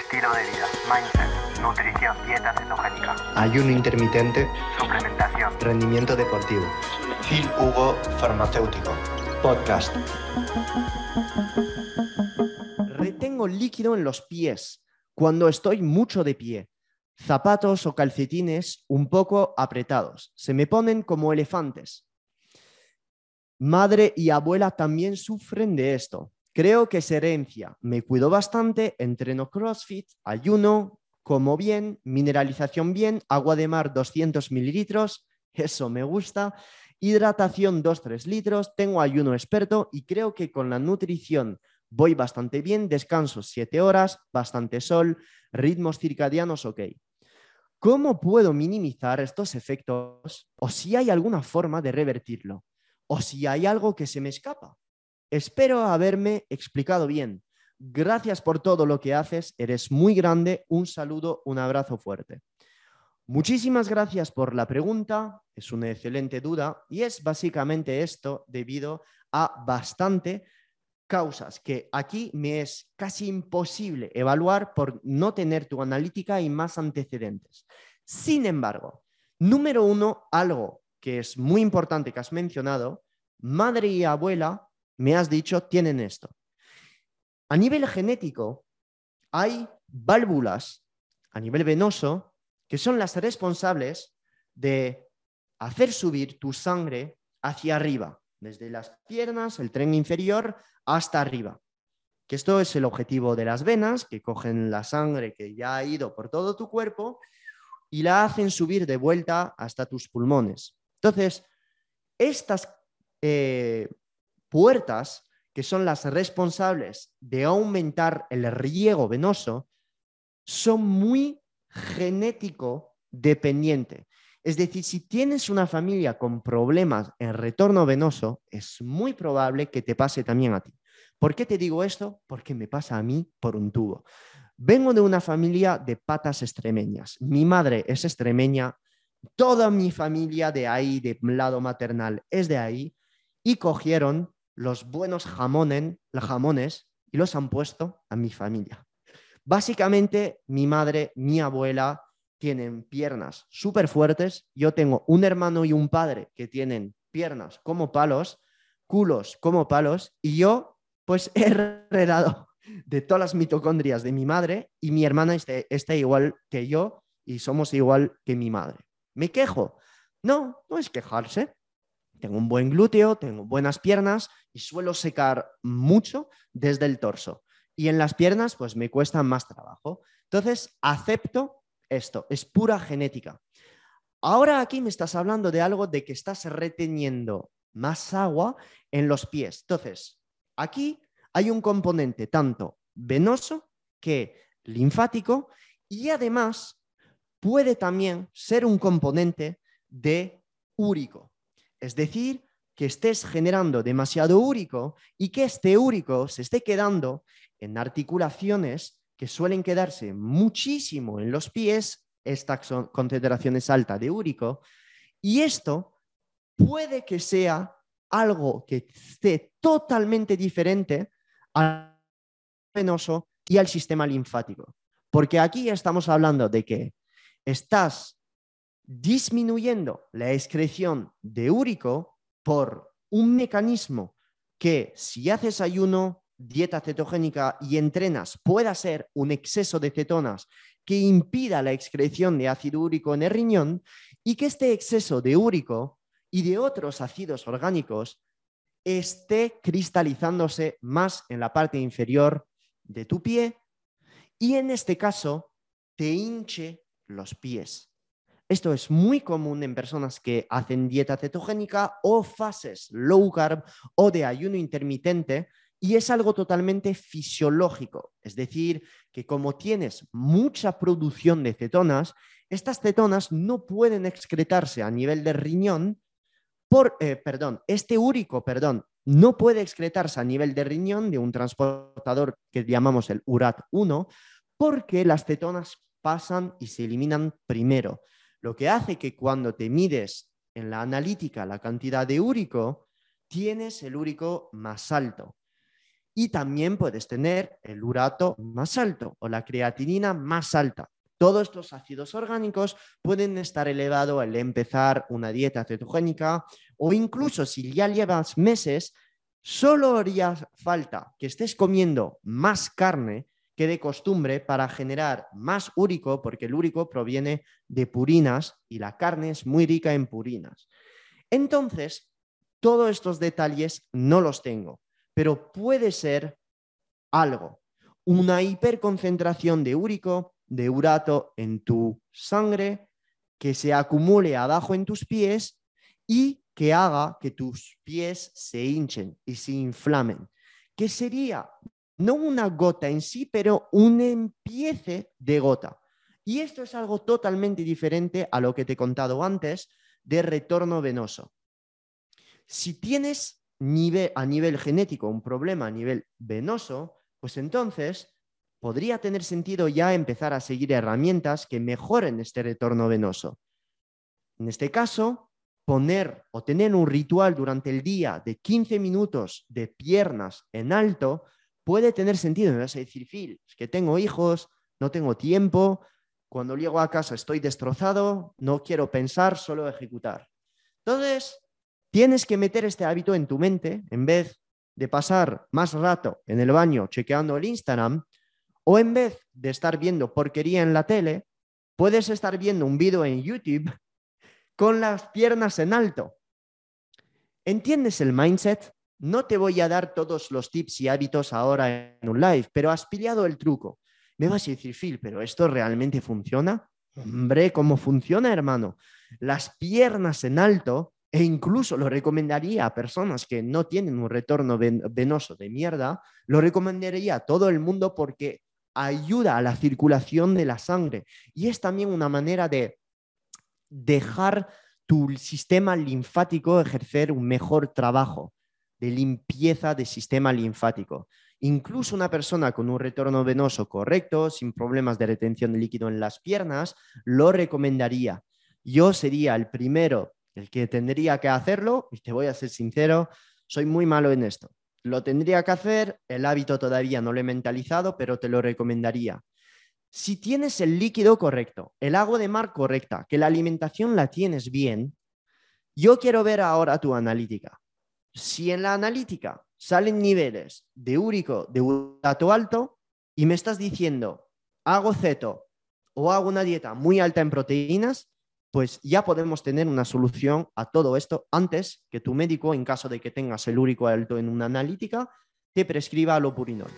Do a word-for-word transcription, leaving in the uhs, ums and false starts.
estilo de vida, mindset, nutrición, dieta cetogénica, ayuno intermitente, suplementación, rendimiento deportivo. Phil Hugo Farmacéutico. Podcast. Retengo líquido en los pies cuando estoy mucho de pie. Zapatos o calcetines un poco apretados. Se me ponen como elefantes. Madre y abuela también sufren de esto. Creo que es herencia. Me cuido bastante, entreno CrossFit, ayuno, como bien, mineralización bien, agua de mar doscientos mililitros, eso me gusta, hidratación dos a tres litros, tengo ayuno experto y creo que con la nutrición voy bastante bien, descanso siete horas, bastante sol, ritmos circadianos ok. ¿Cómo puedo minimizar estos efectos o si hay alguna forma de revertirlo? O si hay algo que se me escapa. Espero haberme explicado bien. Gracias por todo lo que haces. Eres muy grande. Un saludo, un abrazo fuerte. Muchísimas gracias por la pregunta. Es una excelente duda y es básicamente esto debido a bastante causas que aquí me es casi imposible evaluar por no tener tu analítica y más antecedentes. Sin embargo, número uno, algo que es muy importante que has mencionado, madre y abuela, me has dicho, tienen esto. A nivel genético, hay válvulas a nivel venoso que son las responsables de hacer subir tu sangre hacia arriba, desde las piernas, el tren inferior, hasta arriba. Que esto es el objetivo de las venas, que cogen la sangre que ya ha ido por todo tu cuerpo y la hacen subir de vuelta hasta tus pulmones. Entonces, estas eh, puertas, que son las responsables de aumentar el riego venoso, son muy genético dependiente. Es decir, si tienes una familia con problemas en retorno venoso, es muy probable que te pase también a ti. ¿Por qué te digo esto? Porque me pasa a mí por un tubo. Vengo de una familia de patas extremeñas. Mi madre es extremeña, toda mi familia de ahí, de lado maternal, es de ahí, y cogieron los buenos jamones, los jamones y los han puesto a mi familia. Básicamente, mi madre, mi abuela tienen piernas súper fuertes. Yo tengo un hermano y un padre que tienen piernas como palos, culos como palos, y yo pues he heredado de todas las mitocondrias de mi madre y mi hermana está, está igual que yo y somos igual que mi madre. ¿Me quejo? No, no es quejarse. Tengo un buen glúteo, tengo buenas piernas y suelo secar mucho desde el torso. Y en las piernas, pues me cuesta más trabajo. Entonces, acepto esto, es pura genética. Ahora aquí me estás hablando de algo de que estás reteniendo más agua en los pies. Entonces, aquí hay un componente tanto venoso que linfático y además puede también ser un componente de úrico. Es decir, que estés generando demasiado úrico y que este úrico se esté quedando en articulaciones que suelen quedarse muchísimo en los pies, estas son concentraciones altas de úrico, y esto puede que sea algo que esté totalmente diferente al venoso y al sistema linfático. Porque aquí estamos hablando de que estás disminuyendo la excreción de úrico por un mecanismo que si haces ayuno, dieta cetogénica y entrenas pueda ser un exceso de cetonas que impida la excreción de ácido úrico en el riñón y que este exceso de úrico y de otros ácidos orgánicos esté cristalizándose más en la parte inferior de tu pie y en este caso te hinche los pies. Esto es muy común en personas que hacen dieta cetogénica o fases low carb o de ayuno intermitente y es algo totalmente fisiológico. Es decir, que como tienes mucha producción de cetonas, estas cetonas no pueden excretarse a nivel del riñón por, eh, perdón, este úrico, perdón, no puede excretarse a nivel de riñón de un transportador que llamamos el U R A T uno porque las cetonas pasan y se eliminan primero. Lo que hace que cuando te mides en la analítica la cantidad de úrico, tienes el úrico más alto. Y también puedes tener el urato más alto o la creatinina más alta. Todos estos ácidos orgánicos pueden estar elevados al empezar una dieta cetogénica, o incluso si ya llevas meses, solo haría falta que estés comiendo más carne que de costumbre para generar más úrico, porque el úrico proviene de purinas y la carne es muy rica en purinas. Entonces, todos estos detalles no los tengo, pero puede ser algo, una hiperconcentración de úrico, de urato en tu sangre, que se acumule abajo en tus pies y que haga que tus pies se hinchen y se inflamen, que sería no una gota en sí, pero un empiece de gota. Y esto es algo totalmente diferente a lo que te he contado antes de retorno venoso. Si tienes nivel, a nivel genético un problema a nivel venoso, pues entonces podría tener sentido ya empezar a seguir herramientas que mejoren este retorno venoso. En este caso, poner o tener un ritual durante el día de quince minutos de piernas en alto puede tener sentido. Me vas a decir, Phil, es que tengo hijos, no tengo tiempo, cuando llego a casa estoy destrozado, no quiero pensar, solo ejecutar. Entonces, tienes que meter este hábito en tu mente en vez de pasar más rato en el baño chequeando el Instagram, o en vez de estar viendo porquería en la tele, puedes estar viendo un vídeo en YouTube con las piernas en alto. ¿Entiendes el mindset? No te voy a dar todos los tips y hábitos ahora en un live, pero has pillado el truco. Me vas a decir, Phil, ¿pero esto realmente funciona? Hombre, ¿cómo funciona, hermano? Las piernas en alto, e incluso lo recomendaría a personas que no tienen un retorno ven- venoso de mierda, lo recomendaría a todo el mundo porque ayuda a la circulación de la sangre y es también una manera de dejar tu sistema linfático ejercer un mejor trabajo de limpieza del sistema linfático. Incluso una persona con un retorno venoso correcto, sin problemas de retención de líquido en las piernas, lo recomendaría. Yo sería el primero, el que tendría que hacerlo, y te voy a ser sincero, soy muy malo en esto. Lo tendría que hacer, el hábito todavía no lo he mentalizado, pero te lo recomendaría. Si tienes el líquido correcto, el agua de mar correcta, que la alimentación la tienes bien, yo quiero ver ahora tu analítica. Si en la analítica salen niveles de úrico, de urato alto, y me estás diciendo, hago ceto o hago una dieta muy alta en proteínas, pues ya podemos tener una solución a todo esto antes que tu médico, en caso de que tengas el úrico alto en una analítica, te prescriba alopurinol.